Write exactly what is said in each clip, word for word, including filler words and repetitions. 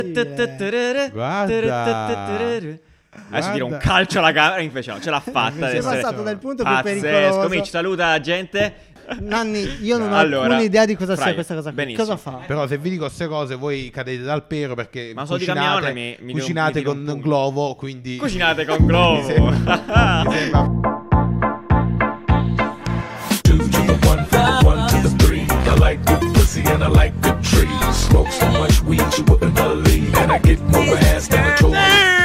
Guarda. Adesso dire un calcio alla camera, invece no, ce l'ha fatta. Sei passato dal punto più pazzesco. pericoloso. Mitch, saluta la gente. Nanni, io non ho Allora, alcuna idea di cosa Fryer, sia questa cosa qui. benissimo. Cosa fa? Però se vi dico queste cose voi cadete dal pero perché Ma so di mia nonna cucinate, mi- mi cucinate mi tira un con pugno. Glovo, quindi Cucinate con Glovo. Mi sembra- mi sembra- Two to the one, one to the three. I like good pussy and I like good trees. Smoke so much weed you wouldn't believe. And I get more ass than a toy.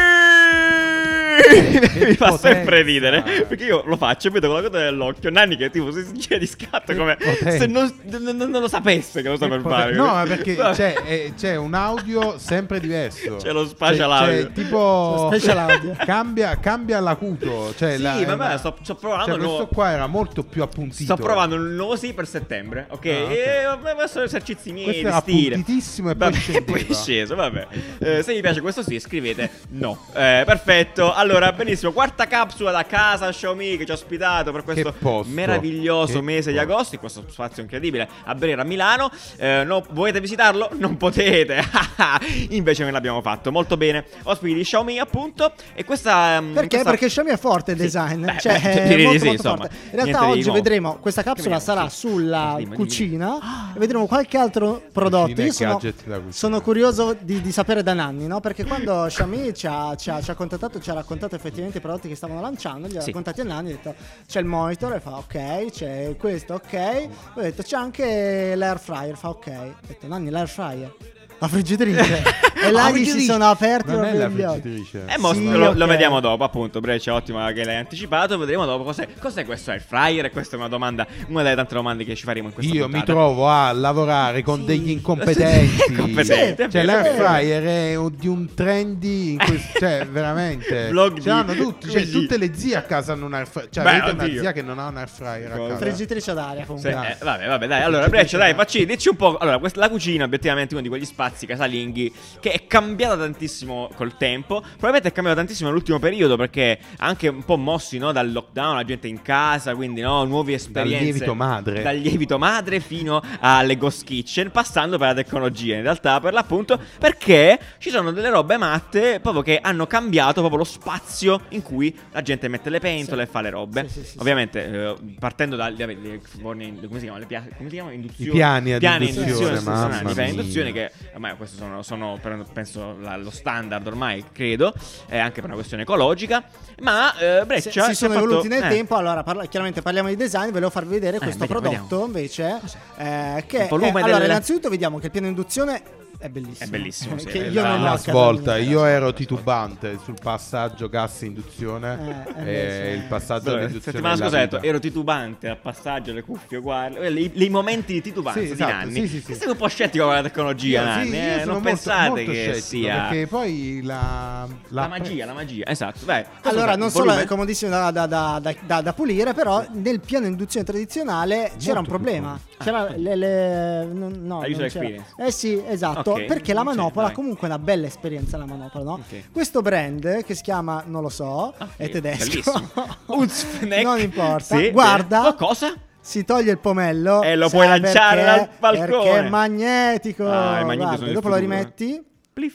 Mi fa potenza. sempre ridere perché io lo faccio e vedo quella cosa nell'occhio. Nanni che tipo si gira di scatto come potenza. se non, non- non lo sapesse che lo sta per fare. No, ma perché Vabbè. c'è, eh, c'è un audio sempre diverso. C'è lo spatial C'è- audio. c'è tipo Lo special audio. cambia, cambia l'acuto. Cioè Sì, la, vabbè, la- sto, sto provando cioè il questo nuovo- qua era molto più appuntito. Sto provando un nuovo sì per settembre. Ok, Ah, ok. e vabbè, ma sono esercizi miei Questo di era stile. appuntitissimo e poi Vabbè, scendeva. poi è sceso, vabbè. Eh, se vi piace questo sì, scrivete no. Eh, perfetto. Allora, benissimo. Quarta capsula da casa Xiaomi che ci ha ospitato per questo Che posto. meraviglioso Che mese di posto. agosto, in questo spazio incredibile a Brera a Milano. Eh, no, volete visitarlo? Non potete. Invece noi l'abbiamo fatto molto bene. Ospiti di Xiaomi, appunto. E questa mm, Perché? questa- Perché Xiaomi è forte il Sì. design. Beh, Cioè, beh, è direi di molto, sì, molto insomma. forte. In realtà Niente di oggi nuovo. vedremo, questa capsula vediamo, sarà sì. sulla Dimmi, dimmi, cucina e vedremo qualche altro prodotto. Cucina e Io sono, gadget da cucina. sono curioso di, di sapere da Nanni, no? Perché quando Xiaomi ci ha, ci ha- ci ha contattato, ci ha raccontato effettivamente i prodotti che stavano lanciando, li ha Sì. raccontati a Nanni, ha detto c'è il monitor e fa ok, c'è questo ok, ho detto c'è anche l'air fryer, fa ok, ho detto Nanni l'air fryer, la friggitrice e là La gli si friggitrice. sono aperti Non è la proprio gli occhi. friggitrice. Eh, mo Sì, lo, lo ok. vediamo dopo, appunto. Breccia, ottimo che l'hai anticipato. Vedremo dopo cos'è, cos'è questo air fryer. E questa è una domanda, una delle tante domande che ci faremo in questa Io mi puntata. trovo a lavorare con Sì. degli incompetenti. Incompetenti, è Cioè vero, l'air è vero. fryer è un- di un trendy in cui, cioè veramente Vlog ce l'hanno di- tutti, cioè, così. tutte le zie a casa hanno un air fryer. Cioè Beh, avete una oddio. zia che non ha un air fryer a Cosa? casa. Friggitrice ad aria Sì, comunque. eh, vabbè, vabbè, dai. Allora, Breccia, dai, facci, dici un po'. Allora, questa, la cucina, obiettivamente, uno di quegli spazi casalinghi che è cambiata tantissimo col tempo. Probabilmente è cambiata tantissimo nell'ultimo periodo perché anche un po' mossi, no, dal lockdown, la gente in casa, quindi, no, nuove esperienze. Dal lievito madre. Dal lievito madre fino alle ghost kitchen, passando per la tecnologia, in realtà, per l'appunto, perché ci sono delle robe matte proprio che hanno cambiato proprio lo spazio in cui la gente mette le pentole e fa le robe. Sì, sì, sì, Ovviamente, eh, partendo dal le- le forni- come si chiamano? Le pia- come si chiamano? Induzioni. I piani ad piani induzione, induzione mamma stazionari, i piani mia. induzione che ormai questo sono, sono per- penso la- lo standard ormai, credo, eh, anche per una questione ecologica. Ma eh, Se- Breccia si ci ha sono fatto- evoluti nel eh, tempo. Allora, parla- chiaramente parliamo di design. Volevo farvi vedere questo vediamo, prodotto invece. eh, che Il volume è- allora, del- innanzitutto vediamo che il piano induzione è bellissimo. È bellissimo, sì, Che è io non ho Una a casa svolta, mia. io ero titubante sul passaggio gas-induzione Eh, eh, e sì. il passaggio Allora, all'induzione settimana della scorsa ho detto, vita. ero titubante al passaggio, le cuffie uguali, eh, i, i momenti di titubanza Sì, di esatto, Nanni. sì, sì, sì. Sei un po' scettico con la tecnologia, Io, sì, Nanni, io eh, sono non molto- pensate molto che scettico, sia perché poi la, la magia, la magia, esatto. Vai, cosa Allora, fai? non Il solo volume? è comodissimo da, da- da- da- da- da pulire, però nel piano induzione tradizionale c'era un più problema. comodo. C'era le, le- no, no, La user non c'era. experience. Eh sì, esatto. Ok, perché la non c'è, manopola vai. comunque è una bella esperienza. La manopola, no? Ok. Questo brand che si chiama, non lo so, Ah, è sì, tedesco. bellissimo. Unzfneck. Non importa. Sì, Guarda. beh. Cosa? Si toglie il pomello E lo sai puoi lanciare perché? dal balcone. Perché è magnetico. Ah, i magneti Guarda, sono il dopo lo futuro. rimetti Pliff.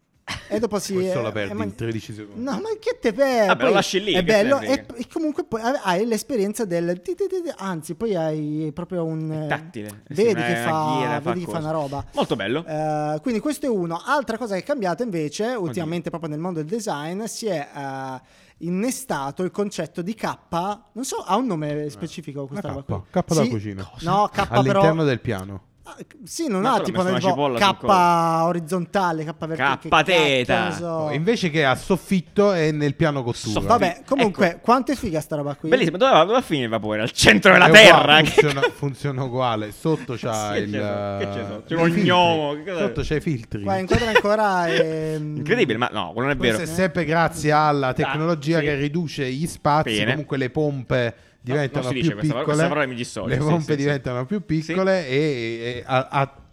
e dopo si Questo la è perdi mag- in tredici secondi. No, ma che te per Vabbè, lo lasci lì, È che bello te ne e, frega. e comunque poi hai l'esperienza del ti- ti- ti- ti- anzi, poi hai proprio un Tattile. Eh sì, Vedi una- che una fa ghiera, fa vedi che fa cose. una roba. Molto bello. Eh, quindi questo è uno. Altra cosa che è cambiata invece ultimamente proprio nel mondo del design si è eh, innestato il concetto di K. Non so, ha un nome specifico questa Una roba K, qui? K della Sì. cucina. No, K All'interno però del piano. Ah, sì, non Ma ha solo tipo messo una tipo cipolla sul K collo. orizzontale, K verticale. K che cacchio teta. ne so. Invece che a soffitto e nel piano cottura. Soffitto. Vabbè, comunque, Ecco. quanto è figa sta roba qui? Bellissimo. Dove va, dove va a finire il vapore? Al centro della È terra. uguale, Che funziona, funziona uguale. Sotto c'ha Sì, il. che c'è? Che c'è sotto? C'è i un filtri. gnomo, che cos'è? Sotto c'è i filtri. Qua inquadra ancora ehm, Incredibile, ma no, quello non è vero. Questo è sempre grazie alla tecnologia sì. che riduce gli spazi. Bene. Comunque le pompe diventano non si più dice questa parola, piccole. questa parola mi dissocio, Le sì, pompe sì, sì. diventano più piccole e, e a- a-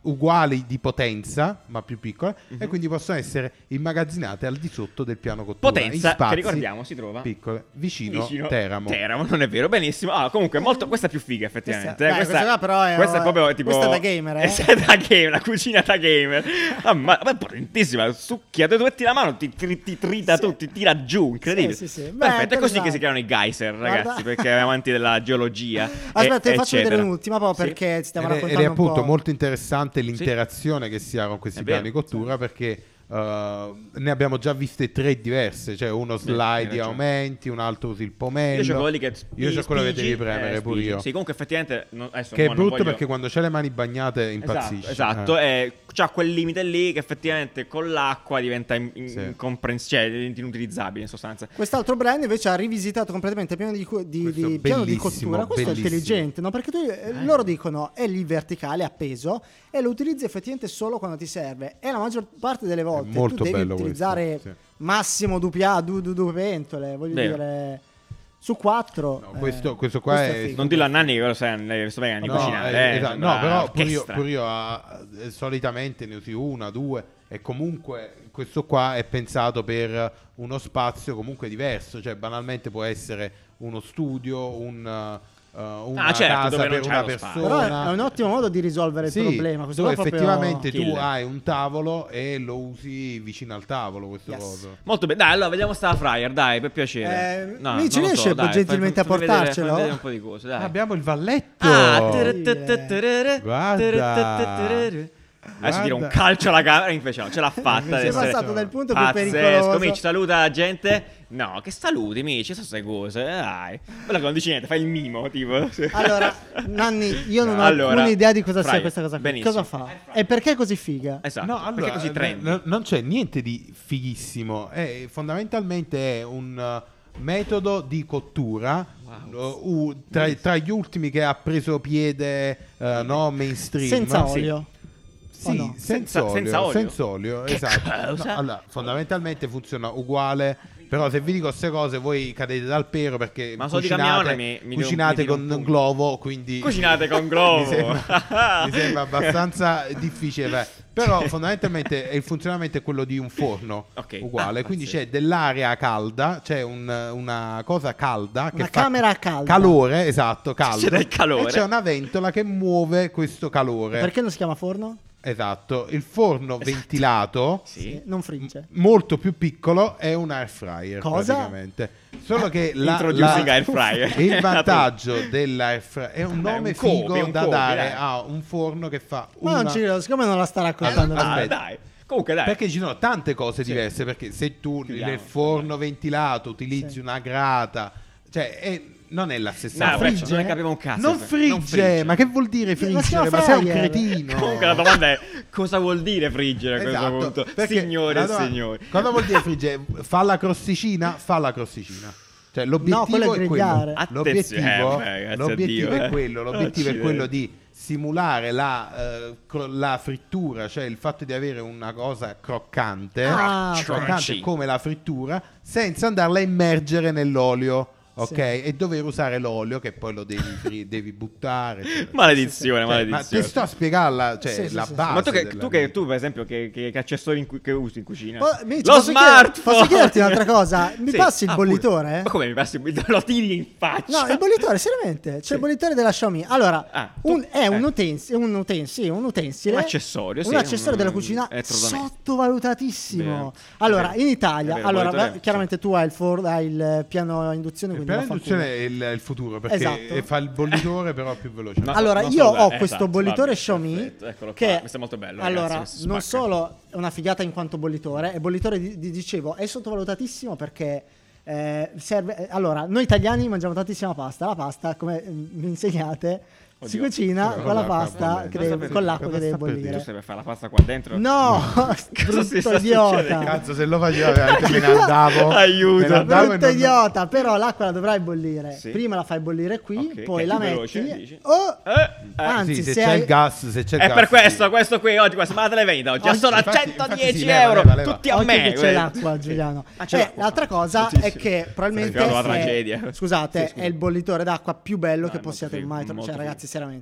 uguali di potenza, ma più piccole, Mhm. e quindi possono essere immagazzinate al di sotto del piano cottura. in Potenza, spazi che ricordiamo, si trova piccole, vicino, vicino Teramo. Teramo, non è vero, benissimo. Ah, comunque, molto, questa è più figa, effettivamente. Questa- dai, questa qua però è- questa è proprio tipo. questa è da gamer, eh? Questa è da gamer, la cucina da gamer. Ah, ma, ma è potentissima, succhia, tu metti la mano, ti, ti, ti trita Sì. tu, ti tira giù, incredibile. Sì, sì, sì. Beh, Perfetto, è così interessante. che si creano i geyser, ragazzi, Guarda. perché amanti della geologia. Aspetta, e- ti faccio eccetera. vedere un'ultima proprio Sì. perché ti stiamo Ed è, ed raccontando è appunto un po'. molto interessante l'interazione che si ha con questi È piani di vero. cottura, perché uh, ne abbiamo già viste tre diverse, cioè uno hai slide di ragione. aumenti, un altro usi il pomello. Io c'ho quelli che Io c'ho quello che spigi, devi premere eh, pure spigi. io. Sì, comunque effettivamente non, adesso Che è mo non brutto voglio- perché quando c'hai le mani bagnate impazzisci. Esatto, esatto, eh. e c'ha quel limite lì che effettivamente con l'acqua diventa in- in- Sì. incomprensibile, cioè diventa inutilizzabile in sostanza. Quest'altro brand invece ha rivisitato completamente il piano di, cu- di- Questo di- piano di bellissimo, cottura. Questo bellissimo. è intelligente, no? Perché tu, eh, loro dicono è lì verticale, appeso, e lo utilizzi effettivamente solo quando ti serve. E la maggior parte delle volte molto tu devi bello utilizzare questo, sì. massimo due, pia- due, due, due pentole, voglio Vero. dire, su quattro. No, questo- questo qua è- figo. Non dillo a Nanni che lo sai, lei sto bene a No, cucinare. eh, eh, esatto. sembra No, però pure io, orchestra. pure io, ah, eh, solitamente ne usi una, due, e comunque questo qua è pensato per uno spazio comunque diverso, cioè banalmente può essere uno studio, un, uh, una Ah, certo, casa dove non per c'è una lo spazio. Però persona. è un ottimo modo di risolvere Sì, il problema. Questo dove qua è proprio- effettivamente tu killer. hai un tavolo e lo usi vicino al tavolo, questo Yes. coso. Molto bene, dai, allora vediamo sta fryer, dai, per piacere. Eh, No, mi ci non lo riesce so, dai, gentilmente fai- a fammi vedere- portarcelo? fammi vedere un po' di cose, dai. Ah, abbiamo il valletto. Ah, tir- tiratatatara, Guarda. tiratatatara. Adesso tiro un Guarda. calcio alla camera, invece no, ce l'ha fatta. Si è adesso. passato dal punto più Pazzesco, pericoloso. Mitch, saluta la gente. No, che saluti, Mitch, so queste cose, dai. Quella che non dici niente, fai il mimo, tipo. Allora, Nanni, io non ho Allora, alcuna idea di cosa sia Fryer, questa cosa qui. benissimo. Cosa fa? E perché è così figa? Esatto, No, allora, perché è così eh, trendy. n- non c'è niente di fighissimo. È, fondamentalmente è un uh, metodo di cottura Wow. uh, u- tra, tra gli ultimi che ha preso piede uh, no, mainstream. Senza Sì. olio. Sì, O no? senza, Senza- olio, senza olio? senza olio, Che esatto. cosa? No, allora, fondamentalmente funziona uguale. Però se vi dico queste cose voi cadete dal pero perché Ma so di cucinate, cambiare, mi- mi cucinate tiro- mi con tiro un un punto. glovo, quindi Cucinate con glovo. mi, sembra, mi sembra abbastanza difficile, beh. Però fondamentalmente il funzionamento è quello di un forno, Ok. uguale, Ah, quindi pazzesco. c'è dell'aria calda, c'è un- una cosa calda che Una fa camera calda. calore, esatto, caldo, C'è del calore. e c'è una ventola che muove questo calore. Perché non si chiama forno? Esatto, il forno ventilato Sì. Non frigge. molto più piccolo è un air fryer Cosa? praticamente. Solo che la, Introducing la- air fryer. il vantaggio dell'air fryer è un Vabbè, nome un copi, figo un da copi, dare dai. a un forno che fa Ma una... non ci credo, siccome non la sta raccontando. Eh, Ah, aspetta. dai. Comunque, dai. Perché ci sono tante cose Sì. diverse, perché se tu Chiudiamo. nel forno ventilato utilizzi Sì. una grata, cioè è- non è la stessa No, cosa. Breccia, frigge? non ne capivo un cazzo. Non frigge, ma che vuol dire Ma si friggere? chiama Ma sei un fryer. cretino. Comunque la domanda è cosa vuol dire friggere a questo Esatto, punto? perché Signore la e domanda- signori. Cosa vuol dire friggere? Fa la crosticina? Fa la crosticina. Cioè l'obiettivo No, quello è è grigliare. quello. Attenzione, L'obiettivo, eh, grazie a l'obiettivo Dio, è eh. quello. L'obiettivo è Accidenti. quello di simulare la, eh, cro- la frittura, cioè il fatto di avere una cosa croccante, Ah, croccante crunchy. come la frittura, senza andarla a immergere nell'olio. Ok, Sì. e dover usare l'olio che poi lo devi, fri- devi buttare. eccetera. Maledizione, Cioè, ma maledizione. ti sto a spiegarla, cioè Sì, sì, la sì, sì. base. Ma tu, che, della- tu, che, tu, per esempio, che, che, che accessori in cui- che usi in cucina? Oh, Mitch, Lo posso chieder- smartphone! posso chiederti un'altra cosa? Mi Sì. passi il Ah, bollitore? pure. Ma come mi passi il bollitore? Lo tiri in faccia? No, il bollitore, seriamente. C'è il bollitore della Xiaomi. Allora, Ah, tu- un- è un, eh. utens- un, utens- sì, un utensile. Un accessorio, sì, Un accessorio un- della cucina elettrodomestico. sottovalutatissimo. Bene. Allora, Bene. in È Italia, vero, allora, bollitore, beh, chiaramente tu hai il, for- hai il piano a induzione. Il quindi piano vaffanculo. induzione è il, il futuro perché Esatto. fa il bollitore però più veloce. No. Allora, non io solo- ho eh, questo esatto, bollitore vabbè, Xiaomi perfetto, eccolo qua. che Questo è molto bello, allora, ragazzi, questo non spacca. solo è una figata in quanto bollitore, è bollitore di, di- dicevo, è sottovalutatissimo perché eh, serve eh, allora, noi italiani mangiamo tantissima pasta, la pasta come eh, mi insegnate si Oddio. cucina Sì, con la con l'acqua pasta bollente. che deve- Cosa con l'acqua sta che deve per dire? Tu bollire. stai per fare la pasta qua dentro? No, si brutto sta idiota. succedendo? Cazzo, se lo faceva veramente me ne andavo. Aiuto. Me ne andavo e Brutto non- idiota, però l'acqua la dovrai bollire. Sì. Prima la fai bollire qui, Ok, poi che è la più metti. veloce, dici? Oh, Eh, eh. Anzi, sì, se, se c'è hai- il gas, se c'è il È gas, per sì. questo, questo qui oggi, questo, ma te le vedo oggi. Oggi- Sono a infatti- centodieci infatti sì, leva, euro. leva, leva. Tutti a Occhio me. che c'è quelli. l'acqua, Giuliano. Ah, c'è Eh, l'acqua. l'altra cosa Sì, è sì. che probabilmente Sarebbe una è- tragedia. scusate, Sì, scusa. è il bollitore d'acqua più bello No, che è possiate molto mai figo, trovare. Cioè, molto ragazzi, seriamente.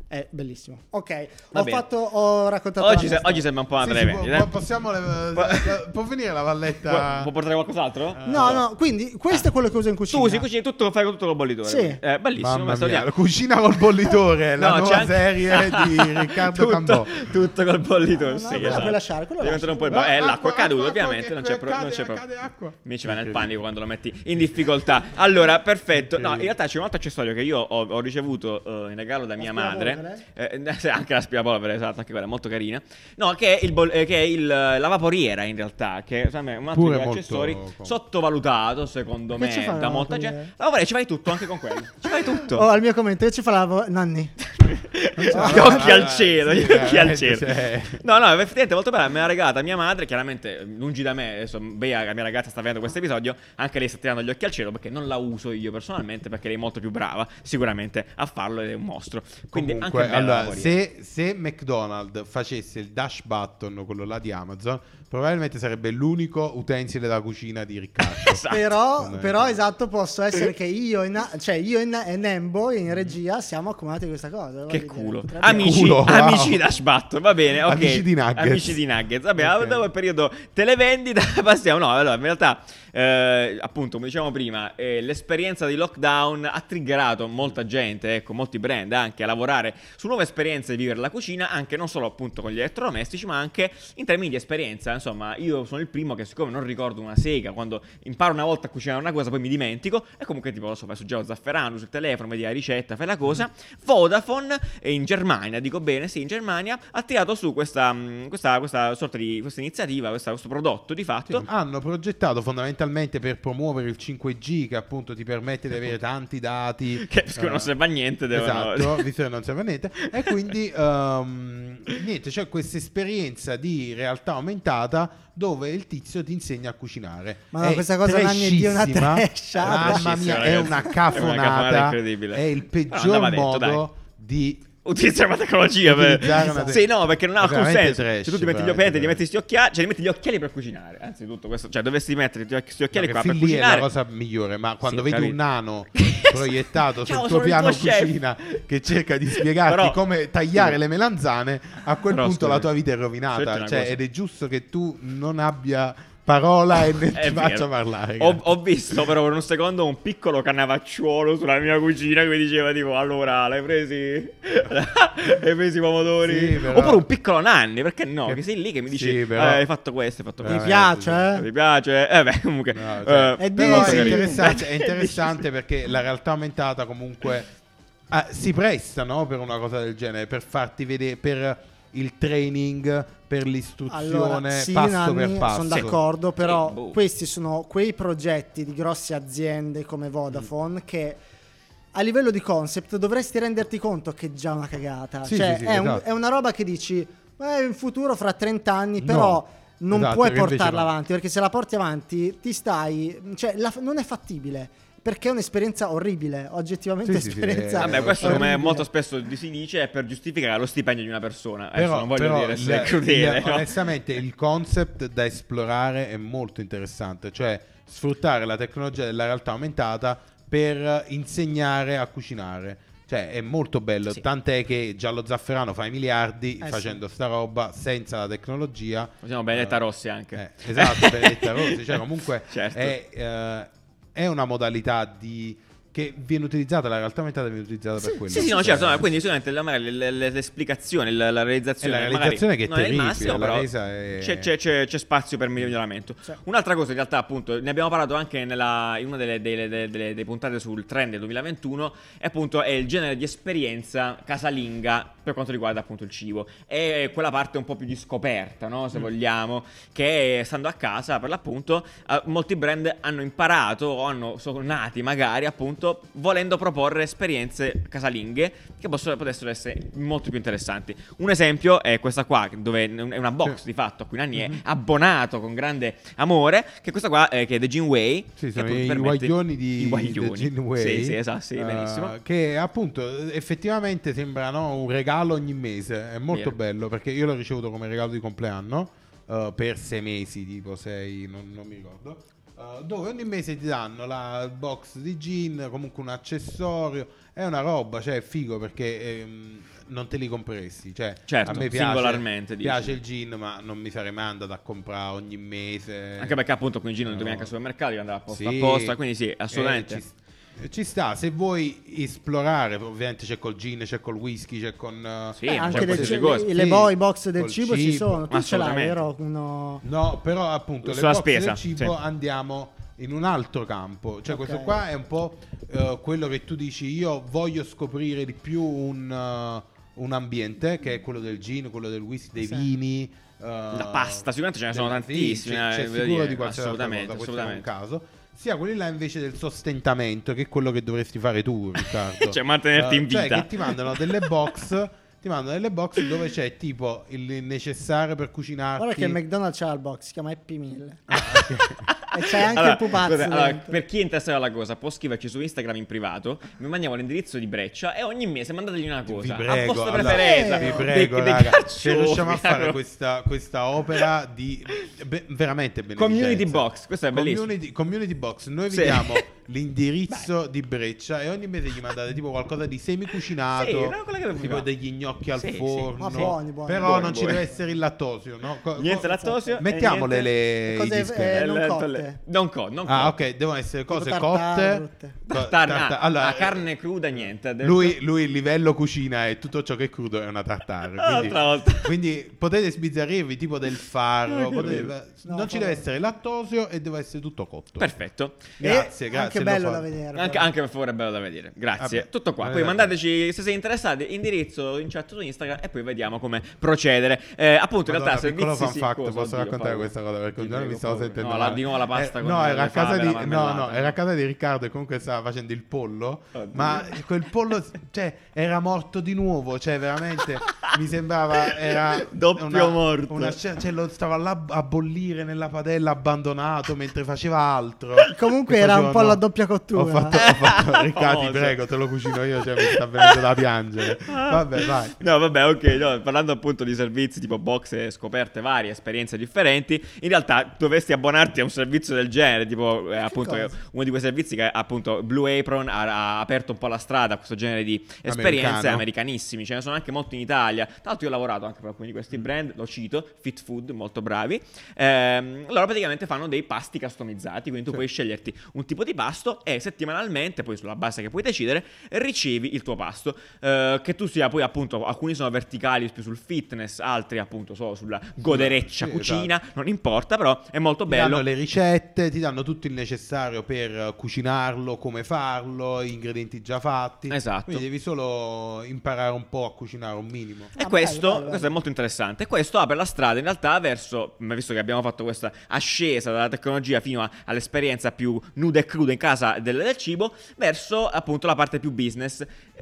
È bellissimo. Ok, Va ho bene. fatto, ho raccontato. Oggi, la se- mia oggi sembra un po' una Sì, sì, televendita. può, eh. possiamo le- può venire la Può, valletta. può portare qualcos'altro? storia. No, no, quindi questo è quello che uso in cucina. Tu usi cucini tutto, fai tutto col bollitore. Sì. Eh, bellissimo. Mamma questo mia, vediamo. cucina col bollitore, la No, c'è nuova anche- serie di Riccardo tutto, Cambò. tutto col bollitore. No, no, sì, quello esatto. puoi lasciare, quello Devi mettere un po' il lasci. bo- eh, Ah, l'acqua è acqua, caduta, acqua, ovviamente. che- Non c'è, pro- cade- non c'è cade problema. acqua. Mi ci va nel Incredibile. panico quando lo metti in difficoltà. Allora, perfetto. No, in Incredibile. realtà c'è un altro accessorio che io ho, ho ricevuto eh, in regalo da mia madre. L'aspirapolvere? Eh, anche l'aspirapolvere, esatto, anche quella è molto carina. No, che è, il bol- eh, che è il, la vaporiera in realtà. Che insomma, è un altro Pure degli molto accessori comodo. sottovalutato, secondo Che me, ci fa la da molta vaporiera? gente. La vaporiera ci fai tutto anche con quello. Ci fai tutto. Oh, al mio commento io ci fa la Nanni. Gli Ah, occhi al ah, cielo, sì, gli occhi al veramente, cielo. cioè. No, no, effettivamente molto bella. Me l'ha regalata mia madre. Chiaramente, lungi da me. Adesso, Bea, la mia ragazza, sta vedendo questo episodio. Anche lei sta tirando gli occhi al cielo perché non la uso io personalmente. Perché lei è molto più brava, sicuramente, a farlo ed è un mostro. Quindi, Comunque, anche bella la allora, vaporiera. se, se McDonald's facesse il dash button, quello là di Amazon, probabilmente sarebbe l'unico utensile da cucina di Riccardo. Esatto. Però, Secondo me. però, esatto, posso essere che io e, Na- cioè io e, Na- e Nembo in regia siamo accumulati di questa cosa. Che voglio dire, culo. potrebbe- Amici, Culo, wow. amici da sbatto, va bene, ok. Amici di Nuggets. Amici di Nuggets. Vabbè, Ok. dopo il periodo televendita passiamo. No, allora, in realtà, eh, appunto, come dicevamo prima, eh, l'esperienza di lockdown ha triggerato molta gente, ecco, molti brand anche a lavorare su nuove esperienze di vivere la cucina, anche non solo appunto con gli elettrodomestici, ma anche in termini di esperienza. Insomma, io sono il primo che, siccome non ricordo una sega, quando imparo una volta a cucinare una cosa, poi mi dimentico, e comunque tipo, lo so, fai su Geo Zafferano sul telefono, vedi la ricetta, fai la cosa. Vodafone eh, in Germania, dico bene, sì, in Germania ha tirato su questa, mh, questa, questa sorta di questa iniziativa, questa- questo prodotto di fatto. Sì, hanno progettato fondamentalmente per promuovere il cinque G, che appunto ti permette di avere tanti dati. Che siccome eh, non serve a niente, devono... Esatto, visto che non serve a niente. E quindi ehm, niente, c'è questa esperienza di realtà aumentata dove il tizio ti insegna a cucinare. Ma no, È questa cosa Nanni, è di una trashissima. trashata. Mamma Trashissima, mia, è ragazzi. una È una cafonata. cafonata incredibile. È il Però peggior andava detto, modo di Utilizzare la tecnologia per... Utilizzare una te- Sì, no, perché non ha È alcun veramente senso. trash, Se tu ti metti gli veramente occhiali, ti metti trash. sti occhiali, cioè ti metti gli occhiali per cucinare. Anzitutto questo, cioè dovresti mettere questi occhiali No, qua che per fin lì è la cucinare. cosa migliore, ma quando ho vedi capito. un nano proiettato Ciao, sul sono tuo il piano tuo chef. cucina che cerca di spiegarti Però- come tagliare le melanzane, a quel Però, punto scusa, la tua vita è certo è rovinata. una Cioè, cosa. ed è giusto che tu non abbia parola e ne È ti vero. faccia parlare. Ho, grazie. ho visto però per un secondo un piccolo cannavacciuolo sulla mia cucina che mi diceva tipo allora l'hai presi? Hai preso i pomodori? Sì, però- Oppure un piccolo Nanni, perché no? Che- Che sei lì che mi dici Sì, però- "Eh, hai fatto questo, hai fatto Mi questo. Veramente, piace, eh? Mi piace? Eh beh, comunque No, cioè, eh, È però Disney. è carino. interessante, è interessante perché la realtà aumentata comunque ah, si presta, no, per una cosa del genere, per farti vedere, per il training, per l'istruzione Allora, sì, passo Nanni, per passo. sono d'accordo, però Sì, boh. questi sono quei progetti di grosse aziende come Vodafone che a livello di concept dovresti renderti conto che è già una cagata. Sì, cioè sì, sì, è, un- esatto. è una roba che dici, "Eh, in futuro fra trenta anni, No. però non Esatto, puoi che invece portarla no. avanti, perché se la porti avanti ti stai... cioè la- non è fattibile. Perché è un'esperienza orribile, oggettivamente Sì, sì, sì, esperienza eh, Vabbè, questo come orribile. molto spesso si dice è per giustificare lo stipendio di una persona. Adesso Però, non voglio però dire essere il- crudele, il- no? onestamente il concept da esplorare è molto interessante, cioè sfruttare la tecnologia della realtà aumentata per insegnare a cucinare. Cioè è molto bello, Sì. tant'è che Giallo Zafferano fa i miliardi Eh, facendo sta roba senza la tecnologia. Facciamo Benedetta Eh, Rossi anche. eh, esatto, Benedetta Rossi, cioè comunque Certo. è, eh, è una modalità di che viene utilizzata, la realtà aumentata viene utilizzata per quello. Sì, sì, no, Cioè, certo, no, quindi sicuramente la- magari le, le, le esplicazioni, la, la realizzazione, È la magari realizzazione che è non è il terribile, massimo, la però resa è- c'è, c'è- c'è- c'è spazio per miglioramento. Sì. Un'altra cosa, in realtà, appunto, ne abbiamo parlato anche nella, in una delle, delle, delle, delle- delle puntate sul trend del duemilaventuno, e appunto è il genere di esperienza casalinga per quanto riguarda appunto il cibo. È quella parte un po' più di scoperta, no? Se vogliamo, che stando a casa, per l'appunto, eh, molti brand hanno imparato o hanno, sono nati magari appunto volendo proporre esperienze casalinghe che possono, potessero essere molto più interessanti. Un esempio è questa qua, dove è una box Sì. di fatto a cui Nanni è abbonato con grande amore, che è questa qua, eh, che è The Gin Way. Sì, che sono appunto i permette- guaglioni di i guaglioni. The Gin Way. Sì, sì, esatto, sì, eh, benissimo. che appunto effettivamente sembrano un regalo ogni mese. È molto Vero. bello perché io l'ho ricevuto come regalo di compleanno eh, per sei mesi, tipo sei, non, non mi ricordo. uh, dove ogni mese ti danno la box di gin, comunque un accessorio, è una roba, cioè è figo perché ehm, non te li compreresti, cioè Certo, a me piace, singolarmente, dici. piace il gin, ma non mi sarei mai andato a comprare ogni mese. Anche perché appunto con il gin non No. trovi neanche al supermercato, devi andare apposta Sì. apposta, quindi sì, assolutamente. Eh, ci, ci sta, se vuoi esplorare, ovviamente c'è col gin, c'è col whisky, c'è con uh, Sì, Beh, c'è anche del qualsiasi cibo, cosa. le Sì, boy box del col cibo ci cibo. sono. Tu ce l'hai, Assolutamente. vero? Uno... No, però appunto le Sulla box spesa, del cibo sì. andiamo in un altro campo. Cioè Ok. questo qua è un po' eh, quello che tu dici, io voglio scoprire di più un, uh, un ambiente, che è quello del gin, quello del whisky, dei Sì. vini. uh, La pasta, sicuramente ce ne sono della- sì, tantissime, c'è, eh, c'è voglio sicuro dire, di qualsiasi altra assolutamente, cosa, questo è un assolutamente. caso. Sia quelli là invece del sostentamento, che è quello che dovresti fare tu, Riccardo. Cioè, mantenerti in Cioè, vita. che ti mandano delle box, ti mandano delle box dove c'è tipo il necessario per cucinarti. Guarda che il McDonald's c'ha il box, si chiama Happy Meal. Ah, ok. E c'è anche Allora, il pupazzo guarda, allora, dentro. per chi è interessato alla cosa, può scriverci su Instagram in privato. Mi mandiamo l'indirizzo di Breccia e ogni mese mandategli una cosa Vi prego, a vostra allora, preferenza. vi Dei- prego, Dei- dei raga, carciofi, se riusciamo a fare raga. questa, questa opera di be- veramente beneficenza. Community box, questo è bellissimo. Community, community box, noi Sì. vi diamo l'indirizzo di Breccia e ogni mese gli mandate tipo qualcosa di semi-cucinato, Sì, no, quello che vi tipo va. degli gnocchi al Sì, sì. forno. Ma buoni, buoni. Però Buoni, non ci buoni. deve essere il lattosio, no? Co- Niente co- lattosio e Mettiamole niente- le i Cose, dischi. eh, non Le- cotte. le- Non co- non Ah, cotte. ok, devono essere Tipo cose tartare, cotte. brutte. Co- Tartare, tarta- ah, allora, ah, carne cruda, niente. ha detto. Lui, lui il livello cucina e tutto ciò che è crudo è una tartare. Ah, Quindi, l'altra volta. quindi potete sbizzarrirvi tipo del farro. potete- No, non ci vabbè. deve essere lattosio e deve essere tutto cotto. Perfetto. Grazie, E grazie. anche lo bello fa- da vedere. Anche, anche per favore è bello da vedere. Grazie. Vabbè. Tutto qua. Eh, Poi vabbè. mandateci se siete interessati indirizzo in chat su Instagram e poi vediamo come procedere. Eh, appunto, in Madonna, realtà piccolo servizi fan sì, fact, cosa? posso Oddio, raccontare paura. questa cosa perché un Ti giorno mi prego, stavo paura. sentendo No, male. la, di nuovo la pasta Eh, con no, le era a casa fave, di la no, marmellata. no, era a casa di Riccardo e comunque stava facendo il pollo, Oddio. ma quel pollo cioè era morto di nuovo, cioè veramente mi sembrava era Doppio una, morto. una scena- cioè lo stava là a bollire nella padella abbandonato mentre faceva altro. Comunque Che era un facevano- po' la doppia cottura. Ho fatto, ho fatto Riccardo, ti Oh, prego, te lo cucino io, cioè mi sta venendo da piangere. Vabbè, vai. No, vabbè, ok. No, parlando appunto di servizi tipo box e scoperte varie, esperienze differenti, in realtà dovresti abbonarti a un servizio del genere. Tipo, eh, appunto, cosa? uno di quei servizi che appunto Blue Apron ha, ha aperto un po' la strada a questo genere di esperienze Americano. americanissimi. Ce ne sono anche molto in Italia. Tra l'altro, io ho lavorato anche per alcuni di questi brand, lo cito, Fit Food, molto bravi. Ehm, loro praticamente fanno dei pasti customizzati, quindi tu Sì. puoi sceglierti un tipo di pasto e settimanalmente, poi sulla base che puoi decidere, ricevi il tuo pasto. Eh, che tu sia poi appunto, alcuni sono verticali più sul fitness, altri appunto solo sulla godereccia Sì, cucina, non importa, però è molto Ti bello. danno le ricette, ti danno tutto il necessario per cucinarlo, come farlo, ingredienti già fatti. Esatto. Quindi devi solo imparare un po' a cucinare un minimo. E Ah, questo, bello, bello, questo è molto interessante. E questo apre la strada in realtà verso, visto che abbiamo fatto questa ascesa dalla tecnologia fino a- all'esperienza più nuda e cruda in casa del, del cibo, verso appunto la parte più business,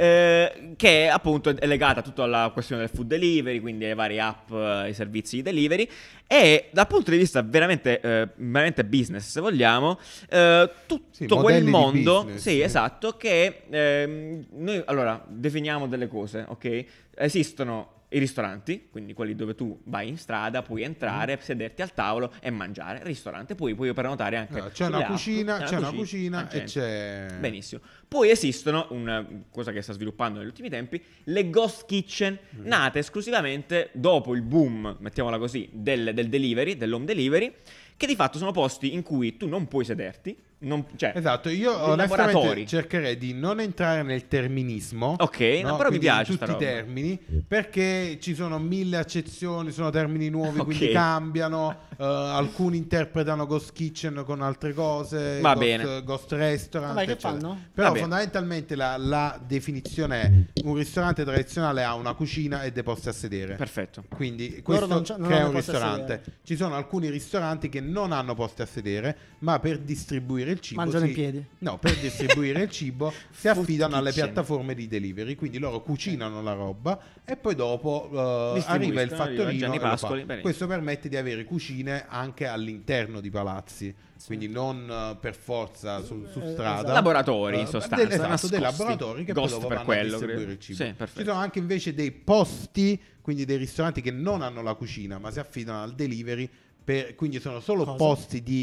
eh, che appunto è legata tutta alla questione del food delivery, quindi le varie app, eh, i servizi di delivery. E dal punto di vista veramente, eh, veramente business, se vogliamo, eh, tutto Sì, quel modelli di mondo, business, sì, sì. esatto, che ehm, noi allora definiamo delle cose, ok? Esistono i ristoranti, quindi quelli dove tu vai in strada, puoi entrare, sederti al tavolo e mangiare. Ristorante, poi puoi prenotare anche. Allora, c'è sulle una app, cucina, c'è una ah, cucina e gente. c'è Benissimo. Poi esistono, una cosa che sta sviluppando negli ultimi tempi, le ghost kitchen, Mm. nate esclusivamente dopo il boom, mettiamola così, del, del delivery, dell'home delivery, che di fatto sono posti in cui tu non puoi sederti, non, cioè, Esatto, io dei onestamente laboratori. cercherei di non entrare nel terminismo. Ok, no, però mi Quindi piace in sta tutti i roba. termini, perché ci sono mille accezioni, sono termini nuovi, Ok. quindi cambiano. eh, alcuni interpretano ghost kitchen con altre cose, Va ghost, bene. ghost restaurant. Vabbè, che eccetera. fanno? Però Va bene. fondamentalmente la, la definizione è: un ristorante tradizionale ha una cucina e dei posti a sedere. Perfetto. Quindi questo non c'ha- non crea hanno un posti a ristorante. Ci sono alcuni ristoranti che non hanno posti a sedere, ma per distribuire il cibo Mangiano si- in piedi. No, per distribuire il cibo si affidano alle kitchen. piattaforme di delivery, quindi loro cucinano la roba e poi dopo eh, Distribuiscono, arriva il arriva fattorino Gianni e lo fa. Pascoli, benissimo. Questo permette di avere cucine anche all'interno di palazzi, quindi non eh, per forza su, su Eh, strada. esatto. Laboratori, in Eh, sostanza, del- esatto, nascosti. dei laboratori che Ghost poi dopo per vanno quello, a distribuire credo. il cibo. Sì, perfetto. Ci sono anche invece dei posti, quindi dei ristoranti che non hanno la cucina, ma si affidano al delivery, per- quindi sono solo Cosa? posti di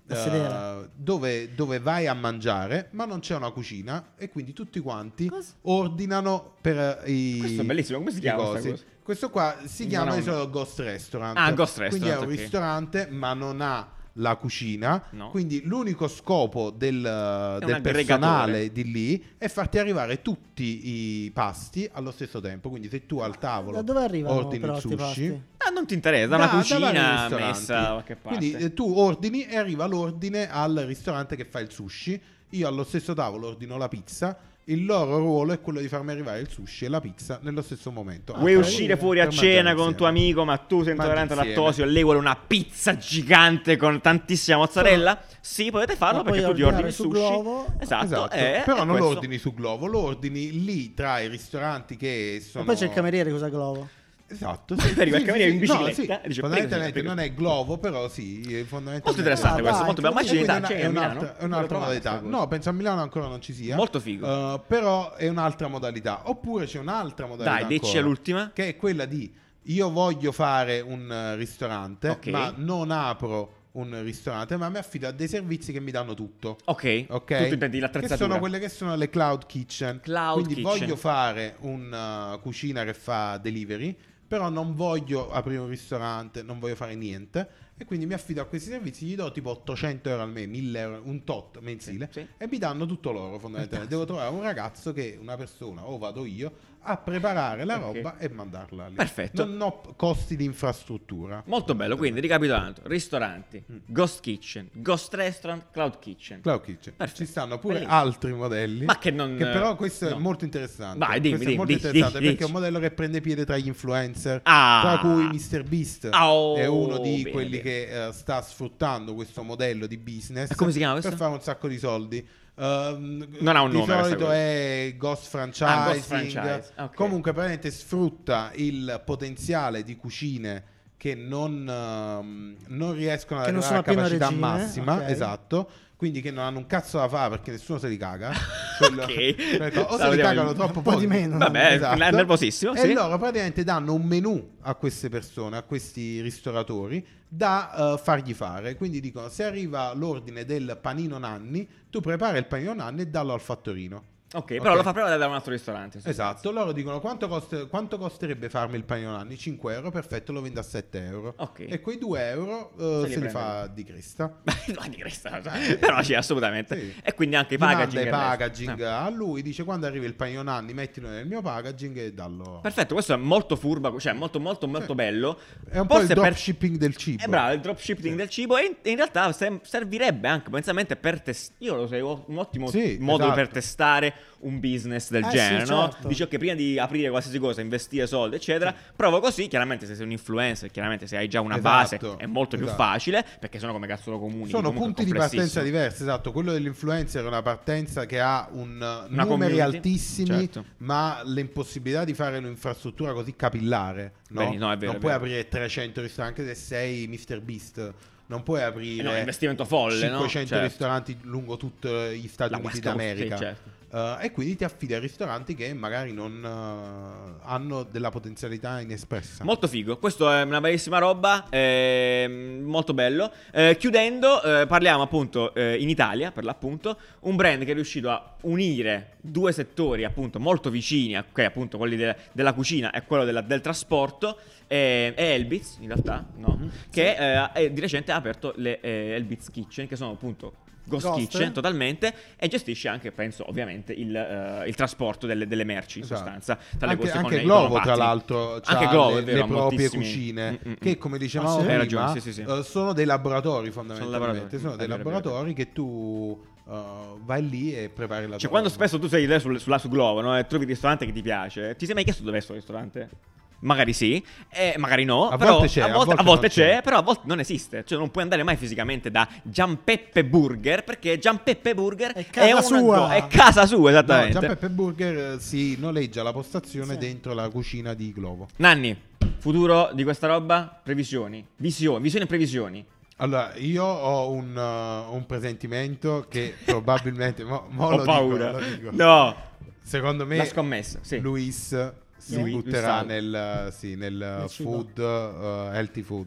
Da sedere. dove, dove vai a mangiare, ma non c'è una cucina e quindi tutti quanti Cosa? ordinano per i Questo è bellissimo, come si i chiama sta cosi. cosa? Questo qua si Non chiama ha di un- solito Ghost Restaurant. Ah, Ghost Quindi è un Restaurant, ok. ristorante, ma non ha la cucina. No. Quindi l'unico scopo del, del aggregatore. personale di lì è farti arrivare tutti i pasti allo stesso tempo. Quindi se tu al tavolo Da dove arrivano ordini però il sti sushi, pasti? Ah, non ti interessa, da da- una da vari cucina ristoranti. messa da qualche parte. Quindi eh, tu ordini e arriva l'ordine al ristorante che fa il sushi. Io allo stesso tavolo ordino la pizza. Il loro ruolo è quello di farmi arrivare il sushi e la pizza nello stesso momento. Vuoi Ah, uscire fuori a per cena mangiare con insieme. tuo amico, ma tu sei intollerante al Mangi insieme. lattosio e lei vuole una pizza gigante con tantissima mozzarella? Sì, potete farlo Ma puoi perché tu ti ordinare ordini il su sushi. Glovo. Esatto, Esatto. eh, Però è non questo. lo ordini su Glovo, lo ordini lì tra i ristoranti che sono. Ma poi c'è il cameriere che usa Glovo. Esatto. Arriva il cameriere in No, bicicletta sì. e dice, Fondamentalmente prego, non è Glovo, però sì, fondamentalmente. Molto interessante Ah, questo, dai, molto bello. Ma quindi c'è in Quindi Italia, è c'è a un'altra, Milano? è un'altra Devo provare modalità. questa cosa. No, penso a Milano ancora non ci sia. Molto figo. Uh, però è un'altra modalità. Oppure c'è un'altra modalità. Dai, dici ancora, l'ultima. Che è quella di io voglio fare un uh, ristorante, Ok. ma non apro un ristorante, ma mi affido a dei servizi che mi danno tutto. Ok, Ok, tu intendi che l'attrezzatura. sono quelle che sono le cloud kitchen. Cloud Quindi kitchen. voglio fare una cucina che fa delivery, però non voglio aprire un ristorante, non voglio fare niente, e quindi mi affido a questi servizi, gli do tipo ottocento euro al mese, mille euro, un tot mensile, Sì, sì. e mi danno tutto loro fondamentalmente. Devo trovare un ragazzo che, una persona, o vado io a preparare la Ok. roba e mandarla lì. Perfetto. Non ho costi di infrastruttura. Molto bello, quindi ricapitolando, ristoranti, Mm. ghost kitchen, ghost restaurant, cloud kitchen. Cloud kitchen. Perfetto. Ci stanno pure Bellissimo. altri modelli. Ma che non- però questo no. è molto interessante. Vai, dimmi, questo dimmi, è molto dici, interessante dici, perché è un dici. modello che prende piede tra gli influencer, Ah. tra cui MrBeast Oh, è uno di bene, quelli bene. che eh, sta sfruttando questo modello di business. E come si chiama questo? Per fare un sacco di soldi. Ehm, Non ha un di nome questa solito cosa. è Ghost Franchising. Ah, Ghost Franchise, ok. Comunque praticamente sfrutta il potenziale di cucine che non, ehm, non riescono ad Che non arrivare sono a a pieno capacità regime, massima, ok. esatto, quindi che non hanno un cazzo da fare perché nessuno se li caga. Quello- Ok. perché o se Stavo li dicendo- cagano troppo Un po' pochi. di meno. Vabbè, Esatto. è nervosissimo, E sì. loro praticamente danno un menù a queste persone, a questi ristoratori, da eh, fargli fare. Quindi dicono, se arriva l'ordine del panino Nanni, tu prepara il panino Nanni e dallo al fattorino. Ok, però Ok. lo fa prima da un altro ristorante. sì. Esatto, loro dicono quanto, costa- quanto costerebbe farmi il panino Nanni? cinque euro, perfetto, lo vendo a sette euro. Ok. E quei due euro eh, Se li se li prende fa di cresta. No, di questa cosa. Però sì, assolutamente. Sì. E quindi anche i Gli manda packaging. i e il resto. packaging Ah. a lui, dice quando arrivi il panino Nanni mettilo nel mio packaging e dallo. Perfetto, questo è molto furba, cioè molto molto molto Sì. bello. È un po' il Forse per- dropshipping del cibo. È bravo, il dropshipping Sì. del cibo e in, in realtà sem- servirebbe anche potenzialmente per testare. Io lo so, è un ottimo Sì, modo esatto. per testare un business del Eh genere, sì, no? certo. Dici ok, prima di aprire qualsiasi cosa, investire soldi, eccetera, provo così, chiaramente se sei un influencer, chiaramente se hai già una base Esatto, è molto più esatto. facile, perché sono come cazzo lo comuni. Sono comunque punti di complessissimo. partenza diversi, esatto. Quello dell'influencer è una partenza che ha un uh, Una numeri community, altissimi, certo. ma l'impossibilità di fare un'infrastruttura così capillare, no? Beh, no, è vero, non è puoi vero. aprire trecento ristoranti, anche se sei MrBeast. Non puoi aprire Eh no, investimento folle, no? cinquecento Certo. ristoranti lungo tutti gli Stati La Uniti West Coast, d'America. sì, certo. Uh, e quindi ti affidi a ristoranti che magari non uh, hanno della potenzialità inespressa. Molto figo, questo è una bellissima roba, ehm, molto bello. Eh, chiudendo, eh, parliamo appunto eh, in Italia, per l'appunto, un brand che è riuscito a unire due settori appunto molto vicini, a, che è appunto quelli de- della cucina e quello della- del trasporto, eh, è Elbitz in realtà, no? Mhm. Che eh, è- di recente ha aperto le eh, Elbitz Kitchen, che sono appunto Ghost, Ghost. Kitchen totalmente, e gestisce anche, penso, ovviamente il, eh, il trasporto delle, delle merci in Esatto. sostanza. Tra le Anche, cose con anche i Glovo, tra monopattini. l'altro, c'ha Anche Glovo, le, è vero, le ha proprie moltissimi- cucine, Mm, mm, che mm. come dicevamo Ah, sì? prima, Hai ragione, sì, sì, sì. eh, sono dei laboratori fondamentalmente. laboratori, Sono è dei vero, è vero, è laboratori che tu eh, vai lì e prepari la Cioè, tua quando roba. spesso tu sei là sul, sulla, su Glovo, no? E trovi il ristorante che ti piace, ti sei mai chiesto dov'è questo ristorante? Magari sì, e magari no. A però volte c'è, a a volte, volte a volte non c'è, c'è. però a volte non esiste. Cioè, non puoi andare mai fisicamente da Gianpeppe Burger, perché Gianpeppe Burger È casa una- sua. È casa sua, No, esattamente. Gianpeppe Burger eh, si noleggia la postazione Sì. dentro la cucina di Glovo. Nanni, futuro di questa roba? Previsioni, visioni, visioni e previsioni. Allora, io ho un, uh, un presentimento che probabilmente mo, mo Ho lo paura. dico, lo dico. No, Secondo me la scommessa, sì. Luis si Lui- butterà Luis nel, sì, nel Nel cibo. food, uh, healthy food.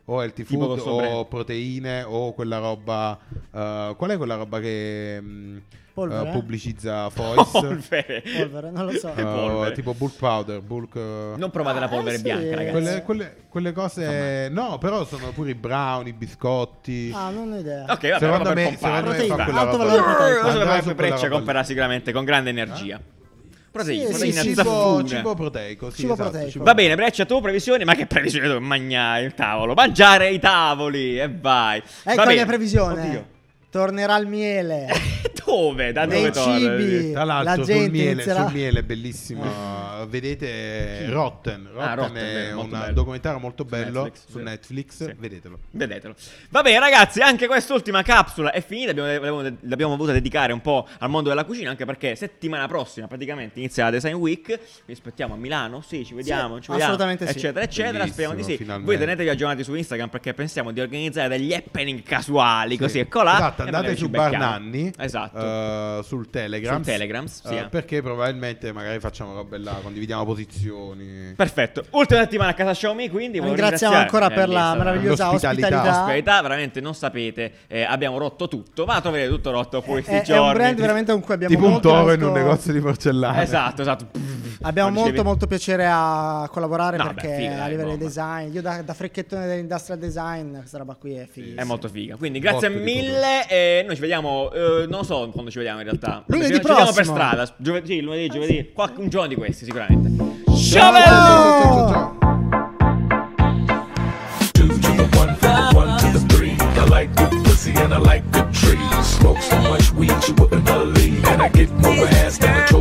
o healthy Tipo food questo o brand. proteine o quella roba, eh, qual è quella roba che mh, Polvere? eh, pubblicizza Fois? Polvere. Polvere, non lo so. Eh, polvere. tipo bulk powder, bulk, eh, Non provate la Ah, polvere eh, sì. bianca, ragazzi. quelle, quelle, quelle cose, no, però sono pure i brownie, i biscotti. Ah, non ho idea. Ok, vabbè, Secondo proprio per me, secondo me Proteine, fa quella alto roba valore lì. proteico. Cosa Andrà che su quella Breccia roba lì. comprerà sicuramente con grande energia. Proteine, Sì, proteine sì, a sì, cibo, zaffone. cibo proteico, sì, Cibo esatto, proteico. cibo Va bene, Breccia, tu previsioni? Ma che previsioni dove mangiare il tavolo? Mangiare i tavoli e vai. Ecco Va la bene. mia previsione. Oddio. Tornerà il miele. Dove? Da Nei dove torna? cibi. Tra l'altro La sul gente miele, inizierà- sul miele è bellissimo. Vedete Rotten. Rotten, Ah, Rotten, è vero, molto un bello. documentario molto bello Netflix, su sì. Netflix. Sì. Vedetelo. Vedetelo. Va bene, ragazzi, anche quest'ultima capsula è finita. Abbiamo, l'abbiamo, l'abbiamo voluta dedicare un po' al mondo della cucina, anche perché settimana prossima praticamente inizia la Design Week. Vi aspettiamo a Milano. Sì, ci vediamo. Sì, ci vediamo, assolutamente sì. eccetera, eccetera. Bellissimo, Speriamo di sì. finalmente. Voi tenetevi aggiornati su Instagram perché pensiamo di organizzare degli happening casuali, Sì. così e colà. Esatto, e andate magari su ci becchiamo. Barnanni. Esatto. eh, sul Telegram. Sul Telegram, sì. Eh, perché probabilmente magari facciamo roba là, condividiamo posizioni. Perfetto. Ultima settimana a casa Xiaomi, quindi volevo Ringraziamo ringraziare- ancora per Eh, la lì, sarà- meravigliosa l'ospitalità. ospitalità. Verità, veramente non sapete, eh, abbiamo rotto tutto, ma troverete tutto rotto poi questi È, è giorni. un brand veramente con cui abbiamo Tipo un molto, toro in molto- un negozio di porcellana. Esatto, esatto. Abbiamo Non molto dicevi- molto piacere a collaborare No, perché beh, figa, a dai, livello di bomba. design, io da, da frecchettone dell'industrial design, questa roba qui è fighissima. È molto figa. Quindi grazie Botto di mille e noi ci vediamo, eh, non so quando ci vediamo in realtà. Lunedì ci, ci vediamo per prossimo. strada, giovedì, sì, lunedì, giovedì, qualche- un giorno di questi sicuramente. Ciao, Ciao! ciao, ciao, ciao. Two to the one, from the one to the three. I like good pussy and I like good trees. Smoke so much weed you wouldn't believe, and I get more ass than a trophy.